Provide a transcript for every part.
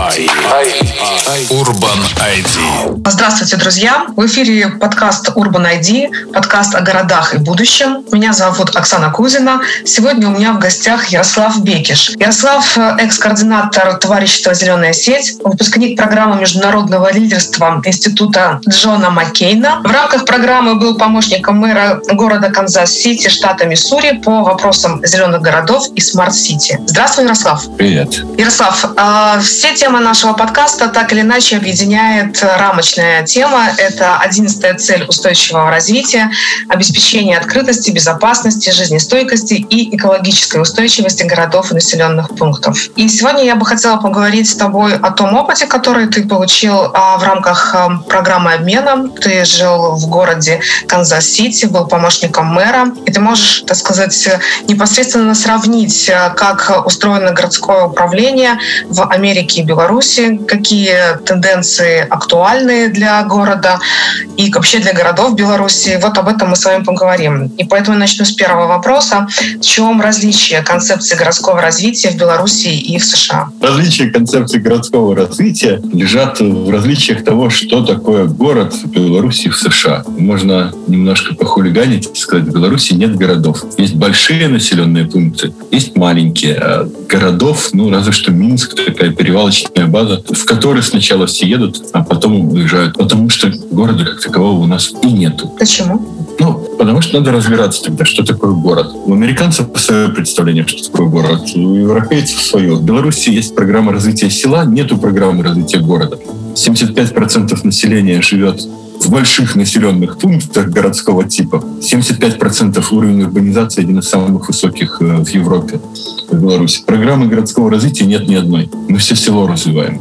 Urban ID. Здравствуйте, друзья! В эфире подкаст Urban ID, подкаст о городах и будущем. Меня зовут Оксана Кузина. Сегодня у меня в гостях Ярослав Бекиш. Ярослав – экс-координатор товарищества «Зеленая сеть», выпускник программы международного лидерства Института Джона Маккейна. В рамках программы был помощником мэра города Канзас-Сити, штата Миссури, по вопросам зеленых городов и смарт-сити. Здравствуй, Ярослав. Привет. Ярослав, все темы нашего подкаста так или иначе объединяет рамочная тема. Это 11-я цель устойчивого развития, обеспечение открытости, безопасности, жизнестойкости и экологической устойчивости городов и населенных пунктов. И сегодня я бы хотела поговорить с тобой о том опыте, который ты получил в рамках программы обмена. Ты жил в городе Канзас-Сити, был помощником мэра, и ты можешь, так сказать, непосредственно сравнить, как устроено городское управление в Америке и Беларуси, какие тенденции актуальны для города и вообще для городов Беларуси. Вот об этом мы с вами поговорим. И поэтому я начну с первого вопроса. В чем различие концепции городского развития в Беларуси и в США? Различия концепции городского развития лежат в различиях того, что такое город в Беларуси и в США. Можно немножко похулиганить и сказать, в Беларуси нет городов. Есть большие населенные пункты, есть маленькие. А городов, разве что Минск, такая перевалочная база, в которой сначала все едут, а потом уезжают. Потому что города как такового у нас и нету. Почему? Потому что надо разбираться тогда, что такое город. У американцев свое представление, что такое город. У европейцев свое. В Беларуси есть программа развития села, нету программы развития города. 75% населения живет в больших населенных пунктах городского типа. 75% уровень урбанизации один из самых высоких в Европе, в Беларуси. Программы городского развития нет ни одной. Мы все село развиваем.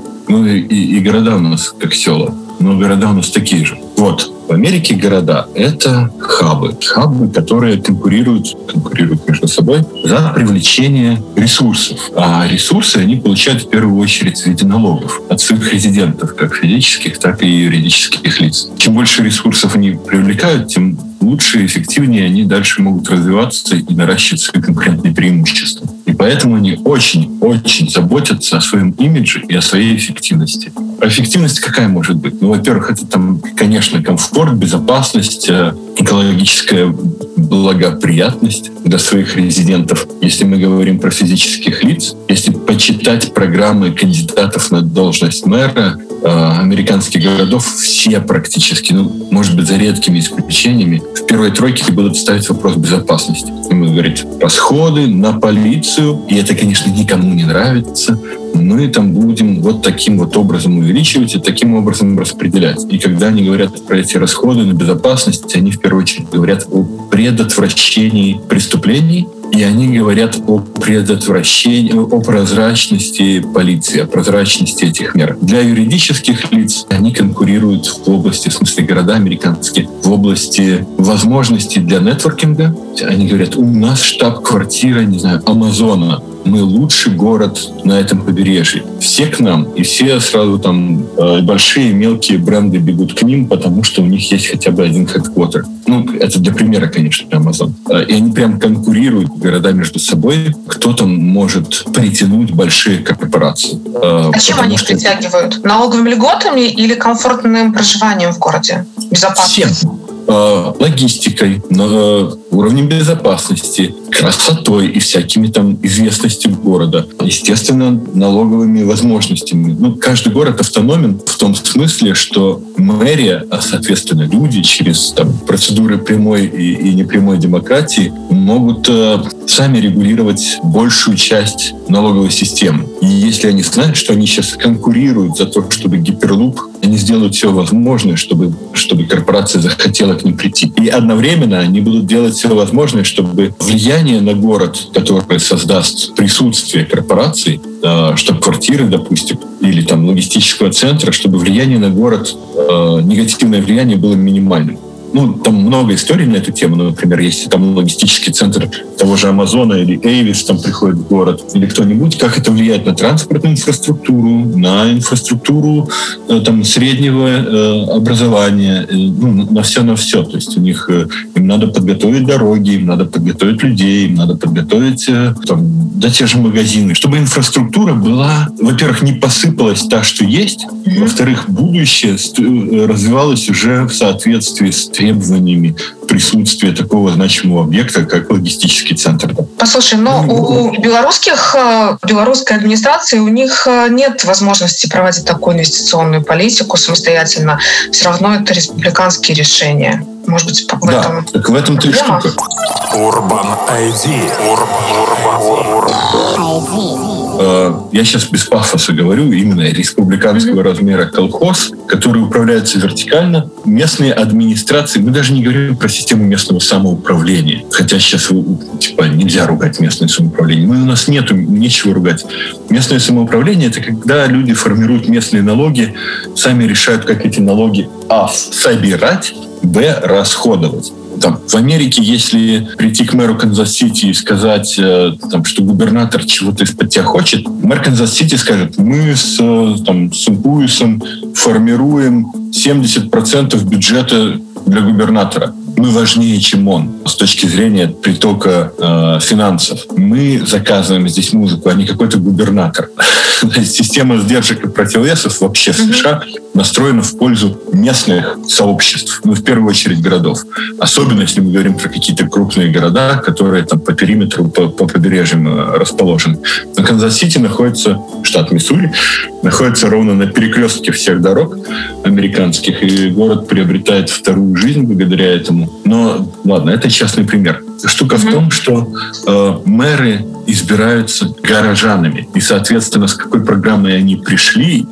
И города у нас как села. Но города у нас такие же. В Америке города — это хабы. Хабы, которые конкурируют между собой за привлечение ресурсов. А ресурсы они получают в первую очередь в виде налогов от своих резидентов, как физических, так и юридических лиц. Чем больше ресурсов они привлекают, тем лучше и эффективнее они дальше могут развиваться и наращивать свои конкурентные преимущества. И поэтому они очень-очень заботятся о своем имидже и о своей эффективности. А эффективность какая может быть? Во-первых, это конечно, комфорт, безопасность, экологическая благоприятность для своих резидентов. Если мы говорим про физических лиц, если почитать программы кандидатов на должность мэра американских городов, все практически, может быть, за редкими исключениями, в первой тройке будут ставить вопрос безопасности. И мы говорим, расходы на полицию, и это, конечно, никому не нравится, мы там будем таким образом увеличивать и таким образом распределять. И когда они говорят про эти расходы на безопасность, они в первую очередь говорят о предотвращении преступлений, и они говорят о предотвращении, о прозрачности полиции, о прозрачности этих мер. Для юридических лиц они конкурируют в области, в смысле города американские, в области возможностей для нетворкинга. Они говорят, у нас штаб-квартира, Амазона. Мы лучший город на этом побережье. Все к нам, и все сразу большие, мелкие бренды бегут к ним, потому что у них есть хотя бы один хедквотер. Это для примера, конечно, Amazon. И они прям конкурируют, города между собой. Кто-то может притянуть большие корпорации. Чем они их притягивают? Налоговыми льготами или комфортным проживанием в городе? Безопасностью? Всем. Логистикой, уровнем безопасности, красотой и всякими известностью города. Естественно, налоговыми возможностями. Каждый город автономен в том смысле, что мэрия, а соответственно люди через процедуры прямой и непрямой демократии могут сами регулировать большую часть налоговой системы. И если они знают, что они сейчас конкурируют за то, чтобы гиперлуп, они сделают все возможное, чтобы корпорация захотела к ним прийти. И одновременно они будут делать все возможное, чтобы влияние на город, которое создаст присутствие корпораций, штаб-квартиры, допустим, или логистического центра, чтобы влияние на город, негативное влияние было минимальным. там много историй на эту тему. Например, если там логистический центр того же Амазона или Эйвис там приходит в город, или кто-нибудь, как это влияет на транспортную инфраструктуру, на инфраструктуру там среднего образования, на все. То есть у них им надо подготовить дороги, им надо подготовить людей, им надо подготовить те же магазины, чтобы инфраструктура была, во-первых, не посыпалась та, что есть, во-вторых, будущее развивалось уже в соответствии с требованиями присутствия такого значимого объекта, как логистический центр. Послушай, у белорусской администрации у них нет возможности проводить такую инвестиционную политику самостоятельно. Все равно это республиканские решения. Может быть, в этом-то и штука. Urban ID. Я сейчас без пафоса говорю, именно республиканского размера колхоз, который управляется вертикально. Местные администрации, мы даже не говорим про систему местного самоуправления, хотя сейчас нельзя ругать местное самоуправление. У нас нечего ругать. Местное самоуправление — это когда люди формируют местные налоги, сами решают, как эти налоги собирать, расходовать. В Америке, если прийти к мэру Канзас-Сити и сказать, что губернатор чего-то из-под тебя хочет, мэр Канзас-Сити скажет: мы с Сент-Луисом формируем 70% бюджета для губернатора. Мы важнее, чем он, с точки зрения притока финансов. Мы заказываем здесь музыку, а не какой-то губернатор. Система сдержек и противовесов вообще в США настроена в пользу местных сообществ, в первую очередь городов. Особенно, если мы говорим про какие-то крупные города, которые по периметру, по побережьям расположены. Но Канзас-Сити находится, штат Миссури, находится ровно на перекрестке всех дорог американских, и город приобретает вторую жизнь благодаря этому. Но, ладно, это частный пример. Штука в том, что мэры избираются горожанами. И, соответственно, с какой программой они пришли,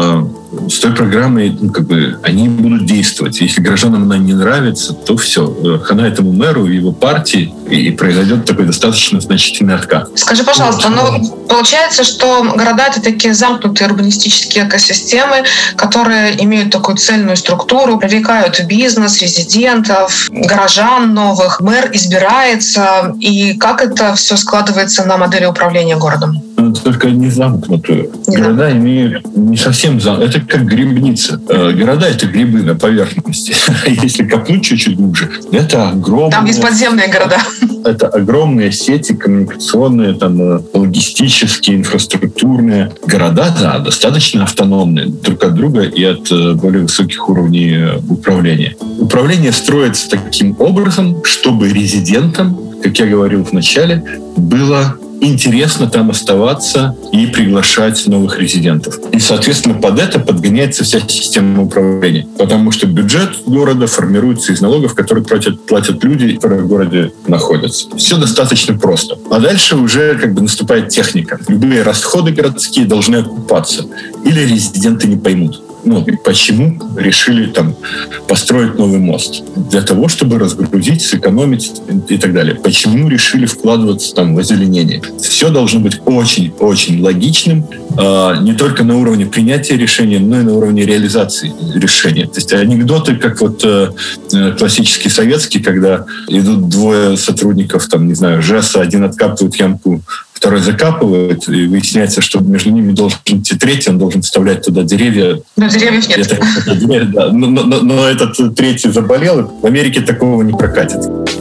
с той программой они будут действовать. Если горожанам она не нравится, то все. Хана этому мэру и его партии, и произойдет такой достаточно значительный откат. Скажи, пожалуйста, получается, что города — это такие замкнутые урбанистические экосистемы, которые имеют такую цельную структуру, привлекают бизнес, резидентов, горожан новых. Мэр избирается. И как это все складывается на модели управления городом? Только не замкнутую. Города имеют не совсем замкнутую. Это как грибница. Города — это грибы на поверхности. Если копнуть чуть-чуть глубже, это огромные... Там есть подземные города. Это огромные сети коммуникационные, логистические, инфраструктурные. Города, достаточно автономные друг от друга и от более высоких уровней управления. Управление строится таким образом, чтобы резидентам, как я говорил в начале, было интересно там оставаться и приглашать новых резидентов. И, соответственно, под это подгоняется вся система управления. Потому что бюджет города формируется из налогов, которые платят люди, которые в городе находятся. Все достаточно просто. А дальше уже наступает техника. Любые расходы городские должны окупаться. Или резиденты не поймут. Почему решили построить новый мост? Для того, чтобы разгрузить, сэкономить и так далее. Почему решили вкладываться в озеленение? Все должно быть очень-очень логичным, не только на уровне принятия решения, но и на уровне реализации решения. То есть анекдоты, как классический советский, когда идут двое сотрудников, ЖЭСа, один откапывает ямку, второй закапывает, и выясняется, что между ними должен идти третий, он должен вставлять туда деревья. Но деревьев нет. Но этот третий заболел, и в Америке такого не прокатит.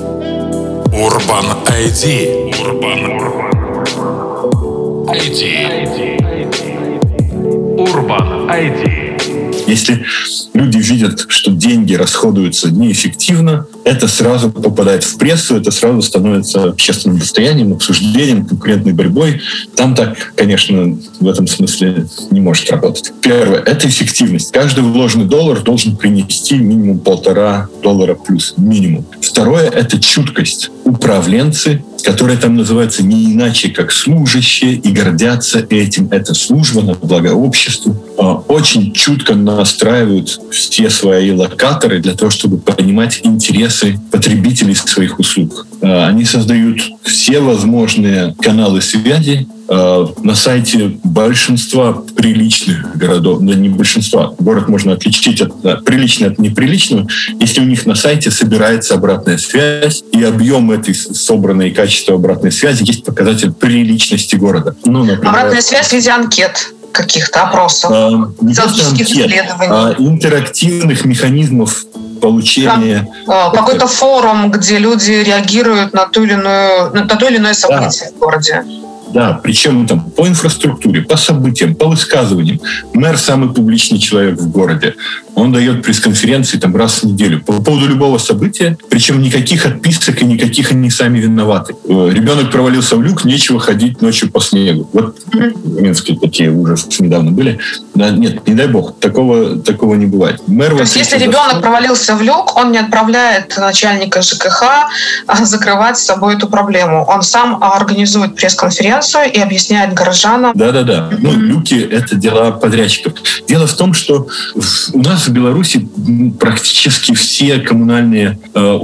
Urban ID. Urban ID. Если люди видят, что деньги расходуются неэффективно, это сразу попадает в прессу, это сразу становится общественным достоянием, обсуждением, конкурентной борьбой. Там так, конечно, в этом смысле не может работать. Первое — это эффективность. Каждый вложенный доллар должен принести минимум $1,5 плюс минимум. Второе — это чуткость. Управленцы, которые там называются не иначе, как служащие, и гордятся этим. Это служба на благо обществу. Очень чутко настраивают все свои локаторы для того, чтобы понимать интересы потребителей своих услуг. Они создают все возможные каналы связи на сайте большинства приличных городов, да не большинства, город можно отличить от приличного от неприличного, если у них на сайте собирается обратная связь, и объем этой собранной и качество обратной связи есть показатель приличности города. Ну, например, обратная связь в виде анкет каких-то опросов, социологических исследований. Интерактивных механизмов получения. Какой-то форум, где люди реагируют на то или иное событие в городе. Да, причем там по инфраструктуре, по событиям, по высказываниям. Мэр самый публичный человек в городе. Он дает пресс-конференции там раз в неделю по поводу любого события, причем никаких отписок и никаких они сами виноваты. Ребенок провалился в люк, нечего ходить ночью по снегу. Вот в Минске такие ужасы недавно были. Да, нет, не дай бог, такого не бывает. Мэр, то есть если ребенок провалился в люк, он не отправляет начальника ЖКХ закрывать с собой эту проблему. Он сам организует пресс-конференцию и объясняет горожанам. Да. Ну, люки — это дела подрядчиков. Дело в том, что у нас в Беларуси практически все коммунальные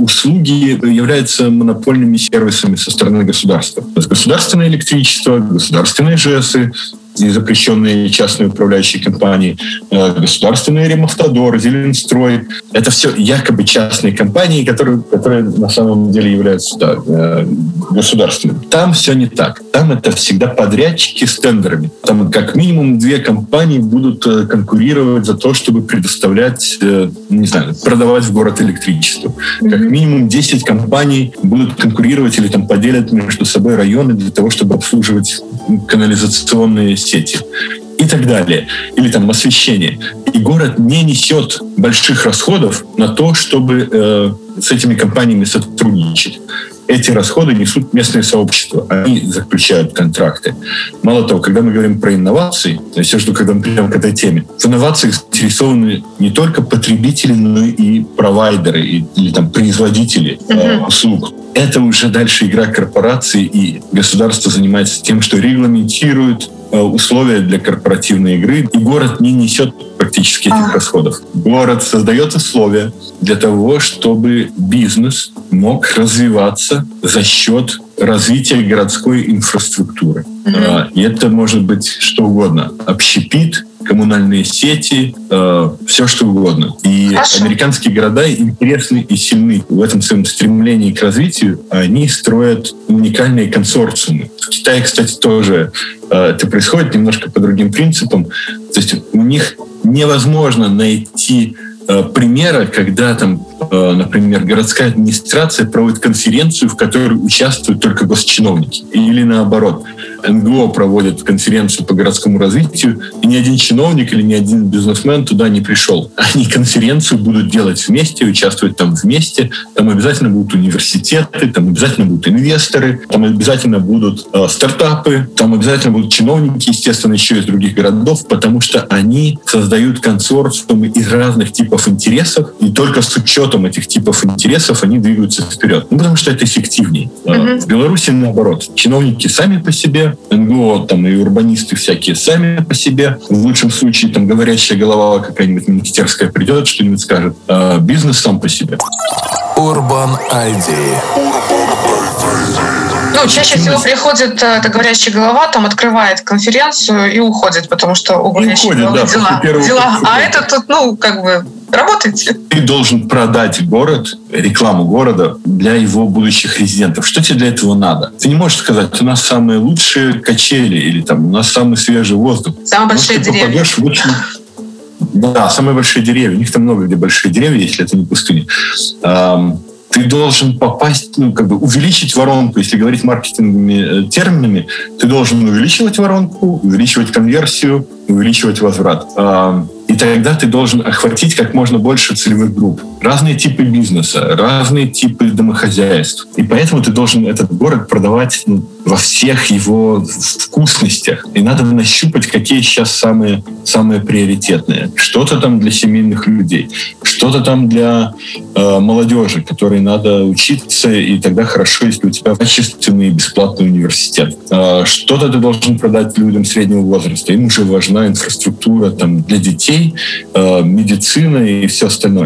услуги являются монопольными сервисами со стороны государства. То есть государственное электричество, государственные ЖЭСы и запрещенные частные управляющие компании, государственные Ремавтодор, Зеленстрой. Это все якобы частные компании, которые на самом деле являются государственными. Там все не так. Там это всегда подрядчики с тендерами. Там как минимум 2 компании будут конкурировать за то, чтобы предоставлять, продавать в город электричество. Как минимум 10 компаний будут конкурировать или там поделят между собой районы для того, чтобы обслуживать канализационные сети и так далее. Или там освещение. И город не несет больших расходов на то, чтобы с этими компаниями сотрудничать. Эти расходы несут местные сообщества. Они заключают контракты. Мало того, когда мы говорим про инновации, то есть, когда мы придем к этой теме, в инновациях заинтересованы не только потребители, но и провайдеры или там производители услуг. Это уже дальше игра корпораций, и государство занимается тем, что регламентирует условия для корпоративной игры, и город не несет практически этих расходов. Город создает условия для того, чтобы бизнес мог развиваться за счет развития городской инфраструктуры. И это может быть что угодно. Общепит, коммунальные сети, все что угодно. И американские города интересны и сильны в этом своем стремлении к развитию. Они строят уникальные консорциумы. В Китае, кстати, тоже это происходит немножко по другим принципам. То есть у них невозможно найти примера, когда там, например, городская администрация проводит конференцию, в которой участвуют только госчиновники. Или наоборот, НГО проводит конференцию по городскому развитию, и ни один чиновник или ни один бизнесмен туда не пришел. Они конференцию будут делать вместе, участвовать там вместе. Там обязательно будут университеты, там обязательно будут инвесторы, там обязательно будут стартапы, там обязательно будут чиновники, естественно, еще из других городов, потому что они создают консорциумы из разных типов интересов, и только с учетом этих типов интересов они двигаются вперед. Ну, потому что это эффективнее. В Беларуси наоборот. Чиновники сами по себе, НГО там, и урбанисты всякие сами по себе. В лучшем случае там говорящая голова какая-нибудь министерская придет, что-нибудь скажет. А бизнес сам по себе. Urban ID. Ну, чаще всего приходит эта говорящая голова, там открывает конференцию и уходит, потому что у говорящей головы дела. А это тут, работайте. Ты должен продать город, рекламу города для его будущих резидентов. Что тебе для этого надо? Ты не можешь сказать, у нас самые лучшие качели или там у нас самый свежий воздух. Самые большие деревья. Да, самые большие деревья. У них там много где большие деревья, если это не пустыня. Ты должен попасть, увеличить воронку. Если говорить маркетинговыми терминами, ты должен увеличивать воронку, увеличивать конверсию, увеличивать возврат. И тогда ты должен охватить как можно больше целевых групп. Разные типы бизнеса, разные типы домохозяйств. И поэтому ты должен этот город продавать во всех его вкусностях. И надо нащупать, какие сейчас самые приоритетные. Что-то там для семейных людей, что-то там для молодежи, которой надо учиться, и тогда хорошо, если у тебя качественный и бесплатный университет. Что-то ты должен продать людям среднего возраста. Им уже важна инфраструктура там, для детей, медицина и все остальное.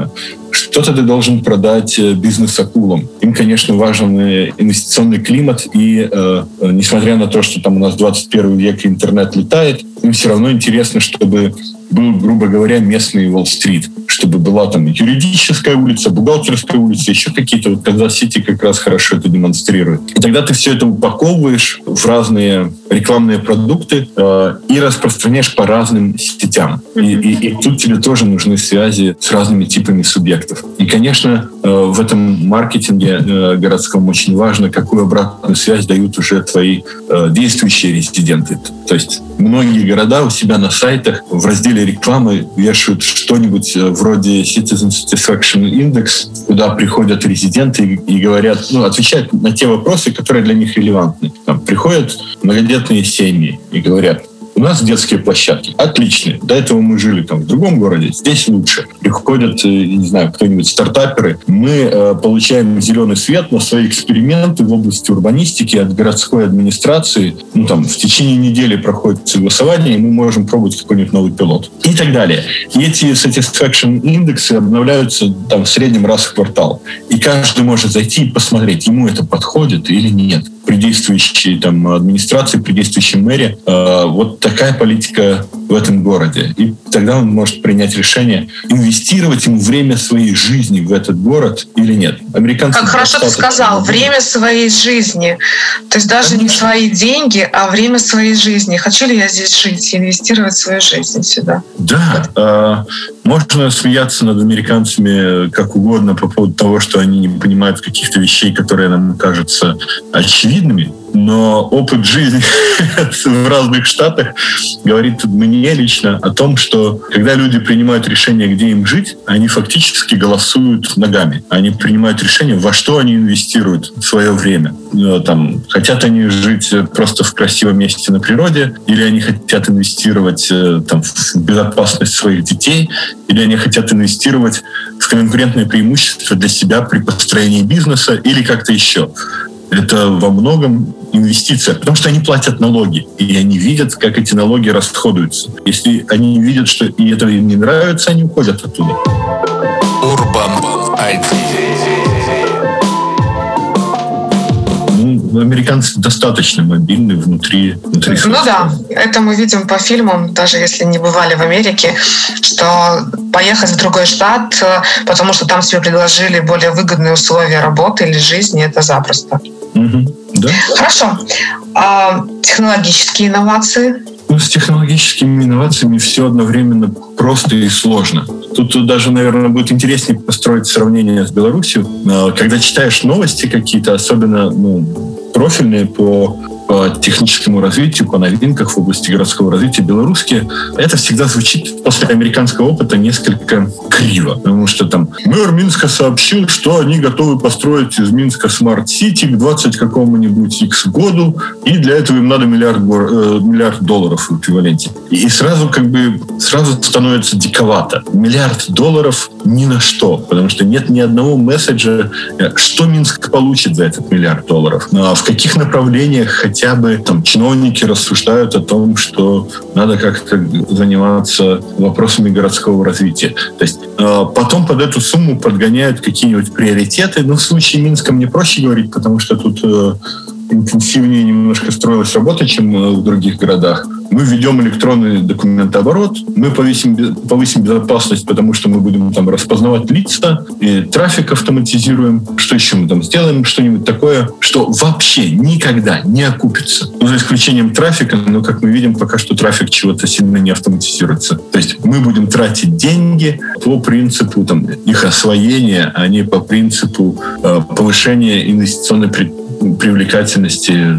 что-то ты должен продать бизнес-акулам. Им, конечно, важен инвестиционный климат, и несмотря на то, что там у нас 21 век и интернет летает, им все равно интересно, чтобы был, грубо говоря, местный Уолл-стрит, чтобы была там юридическая улица, бухгалтерская улица, еще какие-то. Вот Канзас-Сити как раз хорошо это демонстрирует. И тогда ты все это упаковываешь в разные рекламные продукты и распространяешь по разным сетям. И тут тебе тоже нужны связи с разными типами субъектов. И, конечно, в этом маркетинге городском очень важно, какую обратную связь дают уже твои действующие резиденты. То есть многие города у себя на сайтах в разделе рекламы вешают что-нибудь вроде Citizen Satisfaction Index, куда приходят резиденты и говорят, отвечают на те вопросы, которые для них релевантны. Там приходят многодетные семьи и говорят: у нас детские площадки отличные. До этого мы жили там в другом городе, здесь лучше. Приходят, не знаю, кто-нибудь стартаперы. Мы получаем зеленый свет на свои эксперименты в области урбанистики от городской администрации. В течение недели проходит согласование, и мы можем пробовать какой-нибудь новый пилот. И так далее. И эти satisfaction индексы обновляются там в среднем раз в квартал. И каждый может зайти и посмотреть, ему это подходит или нет. При действующей там администрации, при действующей мэре вот такая политика в этом городе. И тогда он может принять решение, инвестировать ему время своей жизни в этот город или нет. Американцы как хорошо ты сказал, время своей жизни. То есть даже не свои деньги, а время своей жизни. Хочу ли я здесь жить, инвестировать свою жизнь сюда? Да. Можно смеяться над американцами как угодно по поводу того, что они не понимают каких-то вещей, которые нам кажутся очевидными, но опыт жизни в разных штатах говорит мне лично о том, что когда люди принимают решение, где им жить, они фактически голосуют ногами. Они принимают решение, во что они инвестируют свое время. Хотят они жить просто в красивом месте на природе, или они хотят инвестировать в безопасность своих детей, или они хотят инвестировать в конкурентное преимущество для себя при построении бизнеса или как-то еще. Это во многом инвестиция, потому что они платят налоги, и они видят, как эти налоги расходуются. Если они видят, что и это им не нравится, они уходят оттуда. Urban ID. Американцы достаточно мобильны внутри да, это мы видим по фильмам, даже если не бывали в Америке, что поехать в другой штат, потому что там тебе предложили более выгодные условия работы или жизни, это запросто. Да. Хорошо. Технологические инновации? С технологическими инновациями все одновременно просто и сложно. Тут даже, наверное, будет интереснее построить сравнение с Беларусью. Когда читаешь новости какие-то, особенно профильные по техническому развитию, по новинках в области городского развития белорусские, это всегда звучит после американского опыта несколько криво. Потому что там мэр Минска сообщил, что они готовы построить из Минска смарт-сити к 20 какому-нибудь X году, и для этого им надо миллиард долларов в эквиваленте. И сразу становится диковато. $1 миллиард ни на что, потому что нет ни одного месседжа, что Минск получит за этот $1 миллиард. В каких направлениях хотя бы чиновники рассуждают о том, что надо как-то заниматься вопросами городского развития. То есть потом под эту сумму подгоняют какие-нибудь приоритеты. В случае Минска мне проще говорить, потому что тут интенсивнее немножко строилась работа, чем в других городах. Мы введем электронный документооборот, мы повысим безопасность, потому что мы будем распознавать лица, и трафик автоматизируем. Что еще мы там сделаем? Что-нибудь такое, что вообще никогда не окупится. За исключением трафика, но, как мы видим, пока что трафик чего-то сильно не автоматизируется. То есть мы будем тратить деньги по принципу их освоения, а не по принципу повышения инвестиционной привлекательности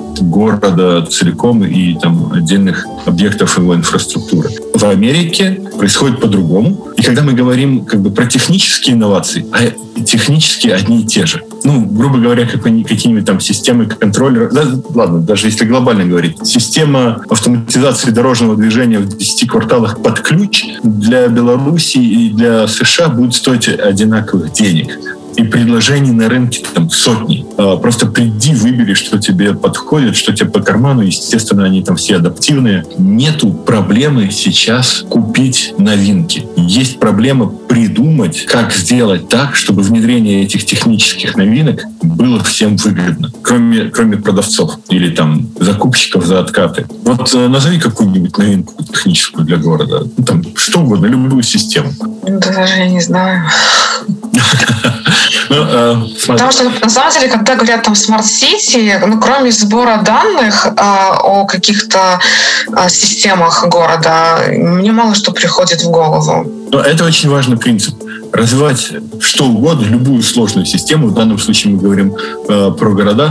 города целиком и отдельных объектов его инфраструктуры. В Америке происходит по-другому. И когда мы говорим про технические инновации, а технически одни и те же. Грубо говоря, какие-нибудь системы контроля. Ладно, даже если глобально говорить. Система автоматизации дорожного движения в 10 кварталах под ключ для Беларуси и для США будет стоить одинаковых денег. и предложений на рынке там сотни. Просто приди, выбери, что тебе подходит, что тебе по карману. Естественно, они там все адаптивные. Нету проблемы сейчас купить новинки. Есть проблема придумать, как сделать так, чтобы внедрение этих технических новинок было всем выгодно, кроме продавцов или там закупщиков за откаты. Вот назови какую-нибудь новинку техническую для города. Ну, там, что угодно, любую систему. Даже я не знаю. Потому что, на самом деле, когда говорят там Smart City, кроме сбора данных о каких-то системах города, мне мало что приходит в голову. Но это очень важный принцип. Развивать что угодно, любую сложную систему, в данном случае мы говорим про города,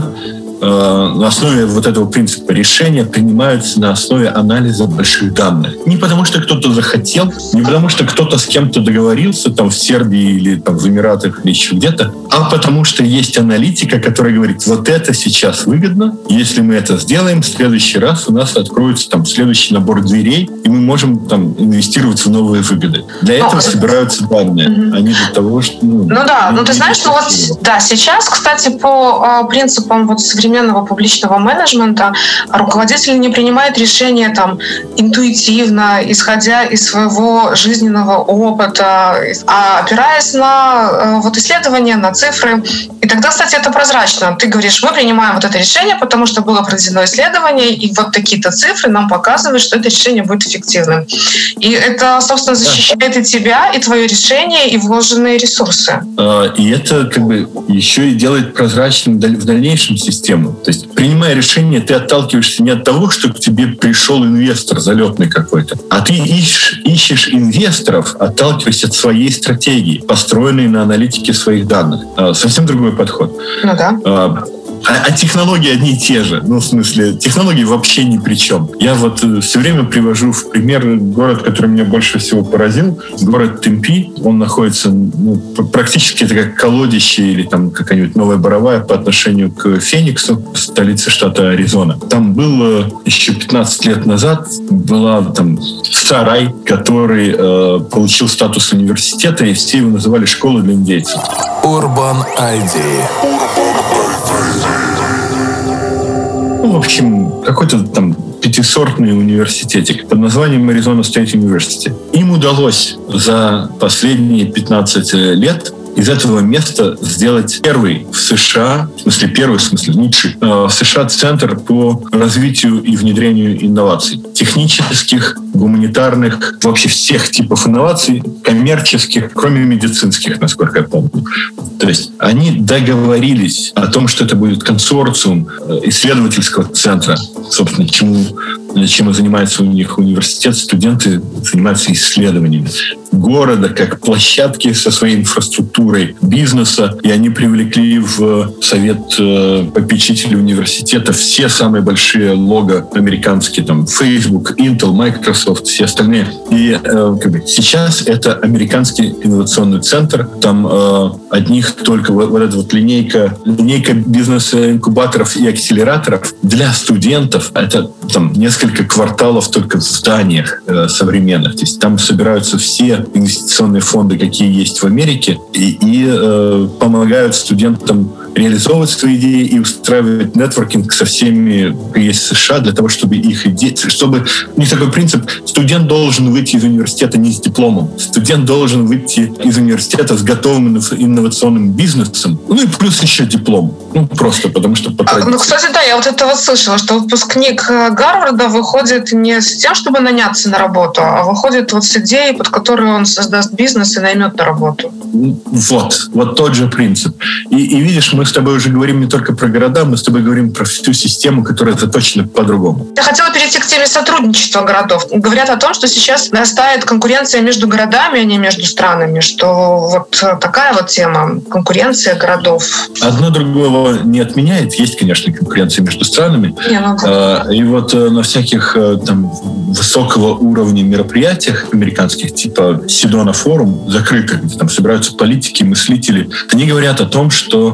на основе вот этого принципа решения принимаются на основе анализа больших данных. Не потому, что кто-то захотел, не потому, что кто-то с кем-то договорился там в Сербии или там в Эмиратах или еще где-то, а потому что есть аналитика, которая говорит, вот это сейчас выгодно, если мы это сделаем, в следующий раз у нас откроется там следующий набор дверей, и мы можем там инвестировать в новые выгоды. Для этого собираются данные, а не для того, что... ты знаешь, что вот да, сейчас, кстати, по принципам вот современного публичного менеджмента руководитель не принимает решения там интуитивно, исходя из своего жизненного опыта, а опираясь на вот исследования, на цифры. И тогда, кстати, это прозрачно. Ты говоришь, мы принимаем вот это решение, потому что было проведено исследование, и вот такие-то цифры нам показывают, что это решение будет эффективным. И это, собственно, защищает и тебя, и твое решение, и вложенные ресурсы. И это как бы еще и делает прозрачным в дальнейшем систему. То есть, принимая решение, ты отталкиваешься не от того, что к тебе пришел инвестор залетный какой-то, а ты ищешь инвесторов, отталкиваясь от своей стратегии, построенной на аналитике своих данных. Совсем другой подход. Ну да. А технологии одни и те же. В смысле, технологии вообще ни при чем. Я вот все время привожу в пример город, который меня больше всего поразил. Город Темпи. Он находится практически это как Колодище или там какая-нибудь Новая Боровая по отношению к Фениксу, столице штата Аризона. Там было еще 15 лет назад была там сарай, который получил статус университета, и все его называли школой для индейцев. Urban ID. В общем, какой-то там пятисортный университетик под названием Arizona State University. Им удалось за последние 15 лет из этого места сделать первый в США, лучший в США центр по развитию и внедрению инноваций. Технических, гуманитарных, вообще всех типов инноваций, коммерческих, кроме медицинских, насколько я помню. То есть они договорились о том, что это будет консорциум исследовательского центра, собственно, чем и занимается у них университет. Студенты занимаются исследованиями города, как площадки со своей инфраструктурой бизнеса. И они привлекли в совет попечителей университета все самые большие лого американские, там Facebook, Intel, Microsoft, все остальные. И сейчас это американский инновационный центр. Там одних только вот эта вот линейка бизнес-инкубаторов и акселераторов для студентов. Это там несколько кварталов только в зданиях современных. То есть там собираются все инвестиционные фонды, какие есть в Америке, и помогают студентам реализовывать свои идеи и устраивать нетворкинг со всеми, кто есть в США, для того, чтобы их идеи... У них такой принцип: студент должен выйти из университета не с дипломом. Студент должен выйти из университета с готовым инновационным бизнесом. И плюс еще диплом. Просто потому что по традиции. Кстати, да, я вот это вот слышала, что выпускник Гарварда выходит не с тем, чтобы наняться на работу, а выходит вот с идеей, под которую он создаст бизнес и наймет на работу. Вот тот же принцип. И видишь, мы с тобой уже говорим не только про города, мы с тобой говорим про всю систему, которая заточена по-другому. Я хотела перейти к теме сотрудничества городов. Говорят о том, что сейчас нарастает конкуренция между городами, а не между странами, что вот такая вот тема, конкуренция городов. Одно другого не отменяет. Есть, конечно, конкуренция между странами. И вот на всяких там высокого уровня мероприятиях американских, типа Седона форум, закрытых, где там собираются политики, мыслители, они говорят о том, что они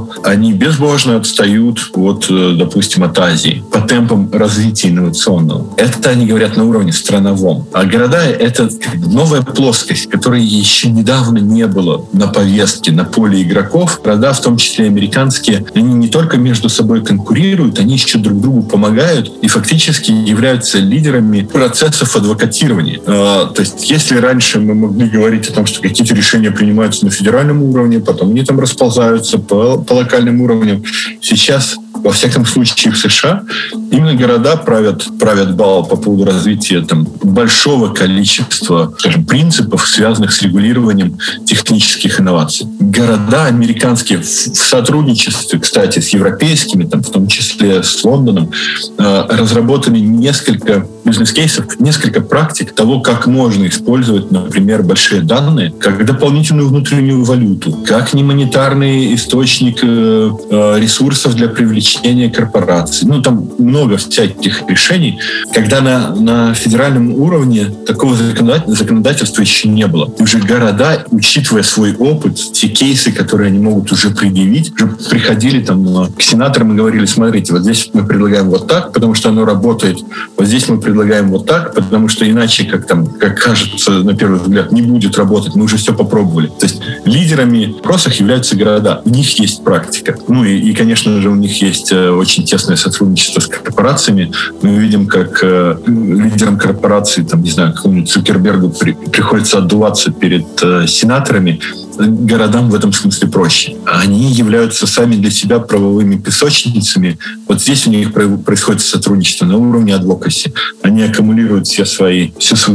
они безбожно отстают допустим, от Азии по темпам развития инновационного. Это они говорят на уровне страновом. А города — это новая плоскость, которой еще недавно не было на повестке, на поле игроков. Города, в том числе американские, они не только между собой конкурируют, они еще друг другу помогают и фактически являются лидерами процессов адвокатирования. То есть, если раньше мы могли говорить о том, что какие-то решения принимаются на федеральном уровне, потом они там расползаются по локальным уровням, сейчас, во всяком случае, в США именно города правят бал по поводу развития большого количества, скажем, принципов, связанных с регулированием технических инноваций. Города американские в сотрудничестве, кстати, с европейскими, в том числе с Лондоном, разработали несколько бизнес-кейсов, несколько практик того, как можно использовать, например, большие данные как дополнительную внутреннюю валюту, как немонетарный источник ресурсов для привлечения корпораций. Там много всяких решений. Когда на федеральном уровне такого законодательства еще не было. И уже города, учитывая свой опыт, те кейсы, которые они могут уже предъявить, уже приходили к сенаторам и говорили: смотрите, вот здесь мы предлагаем вот так, потому что оно работает. Вот здесь мы предлагаем вот так, потому что иначе, как кажется, на первый взгляд, не будет работать. Мы уже все попробовали. То есть лидерами в вопросах являются города. У них есть практика. И, конечно же, у них есть очень тесное сотрудничество с корпорациями. Мы видим, как лидерам корпораций, какому-нибудь Цукербергу приходится отдуваться перед сенаторами. Городам в этом смысле проще. Они являются сами для себя правовыми песочницами. Вот здесь у них происходит сотрудничество на уровне адвокаси. Они аккумулируют все свои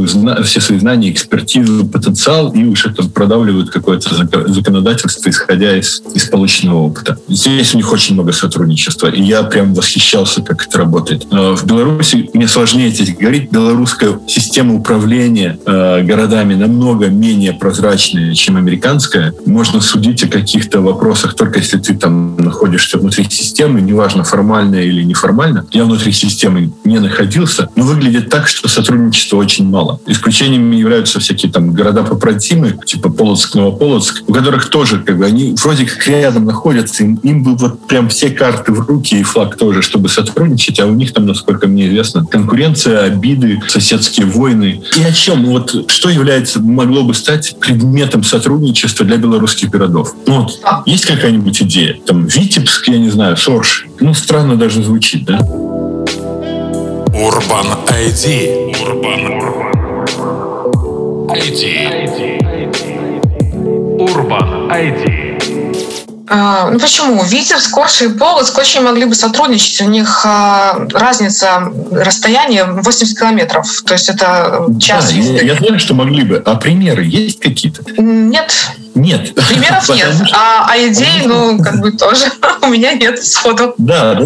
знания, экспертизу, потенциал и уже продавливают какое-то законодательство, исходя из полученного опыта. Здесь у них очень много сотрудничества. И я прям восхищался, как это работает. В Беларуси мне сложнее здесь говорить. Белорусская система управления городами намного менее прозрачная, чем американская. Можно судить о каких-то вопросах только если ты находишься внутри системы, неважно, формально или неформально. Я внутри системы не находился, но выглядит так, что сотрудничества очень мало. Исключениями являются всякие города-побратимы, типа Полоцк, Новополоцк, у которых тоже они вроде как рядом находятся, им бы прям все карты в руки и флаг тоже, чтобы сотрудничать, а у них насколько мне известно, конкуренция, обиды, соседские войны. И о чем? Что могло бы стать предметом сотрудничества для белорусских городов? Есть какая-нибудь идея? Витебск, я не знаю, Сорш. Странно даже звучит, да? Urban ID. Urban ID. Почему? Витебск, Корж и Полоцк очень могли бы сотрудничать. У них разница расстояния 80 километров. То есть это час. Да, я знаю, что могли бы. А примеры есть какие-то? Нет. Примеров нет. А идей, тоже у меня нет сходу. Да.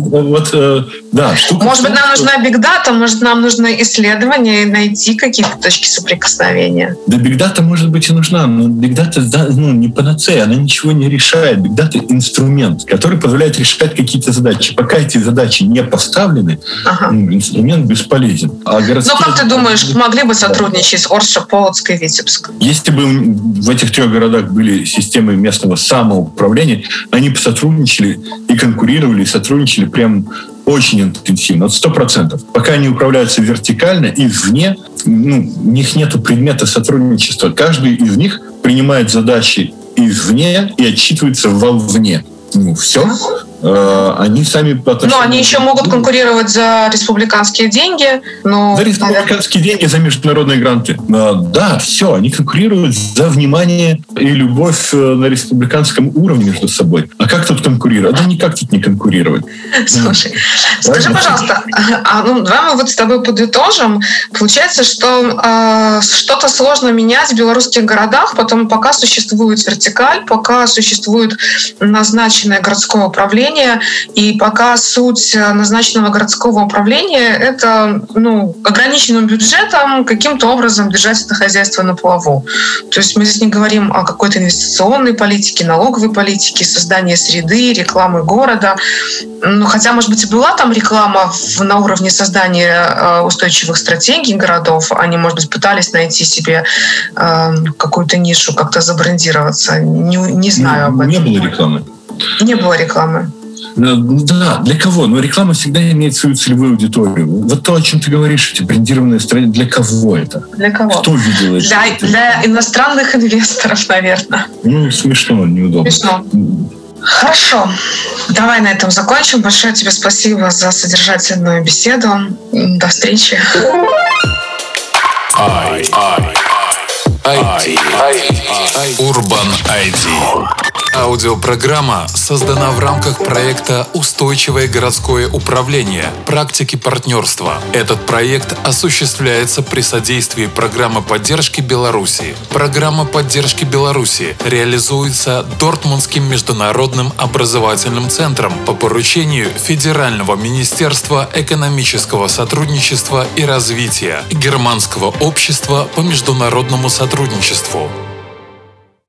Может быть, нам нужна бигдата, может, нам нужно исследование и найти какие-то точки соприкосновения. Да, бигдата, может быть, и нужна, но бигдата, не панацея, она ничего не решает. Бигдата — инструмент, который позволяет решать какие-то задачи. Пока эти задачи не поставлены, инструмент бесполезен. Как ты думаешь, могли бы сотрудничать Орша, Полоцк и Витебск? Если бы в этих 3 городах были системы местного самоуправления, они бы сотрудничали и конкурировали, и сотрудничали прям очень интенсивно, 100%. Пока они управляются вертикально, извне, у них нет предмета сотрудничества. Каждый из них принимает задачи извне и отчитывается вовне. Все. Они сами... Но они еще могут конкурировать за республиканские деньги. За республиканские деньги, за международные гранты. Да, все, они конкурируют за внимание и любовь на республиканском уровне между собой. А как тут конкурировать? Да никак тут не конкурировать. Слушай, скажи, пожалуйста, давай мы с тобой подытожим. Получается, что что-то сложно менять в белорусских городах, пока существует вертикаль, пока существует назначенное городское управление, и пока суть назначенного городского управления — это ограниченным бюджетом каким-то образом держать это хозяйство на плаву. То есть мы здесь не говорим о какой-то инвестиционной политике, налоговой политике, создании среды, рекламы города. Хотя, может быть, и была там реклама на уровне создания устойчивых стратегий городов. Они, может быть, пытались найти себе какую-то нишу, как-то забрендироваться. Не знаю об этом. Не было рекламы. Не было рекламы. Да, для кого? Но реклама всегда имеет свою целевую аудиторию. Вот то, о чем ты говоришь, эти брендированные страны, для кого это? Для кого? Кто видел это? Для иностранных инвесторов, наверное. Смешно, неудобно. Смешно. Хорошо. Давай на этом закончим. Большое тебе спасибо за содержательную беседу. До встречи. Urban ID. Аудиопрограмма создана в рамках проекта «Устойчивое городское управление. Практики партнерства». Этот проект осуществляется при содействии программы поддержки Беларуси. Программа поддержки Беларуси реализуется Дортмундским международным образовательным центром по поручению Федерального министерства экономического сотрудничества и развития и Германского общества по международному сотрудничеству.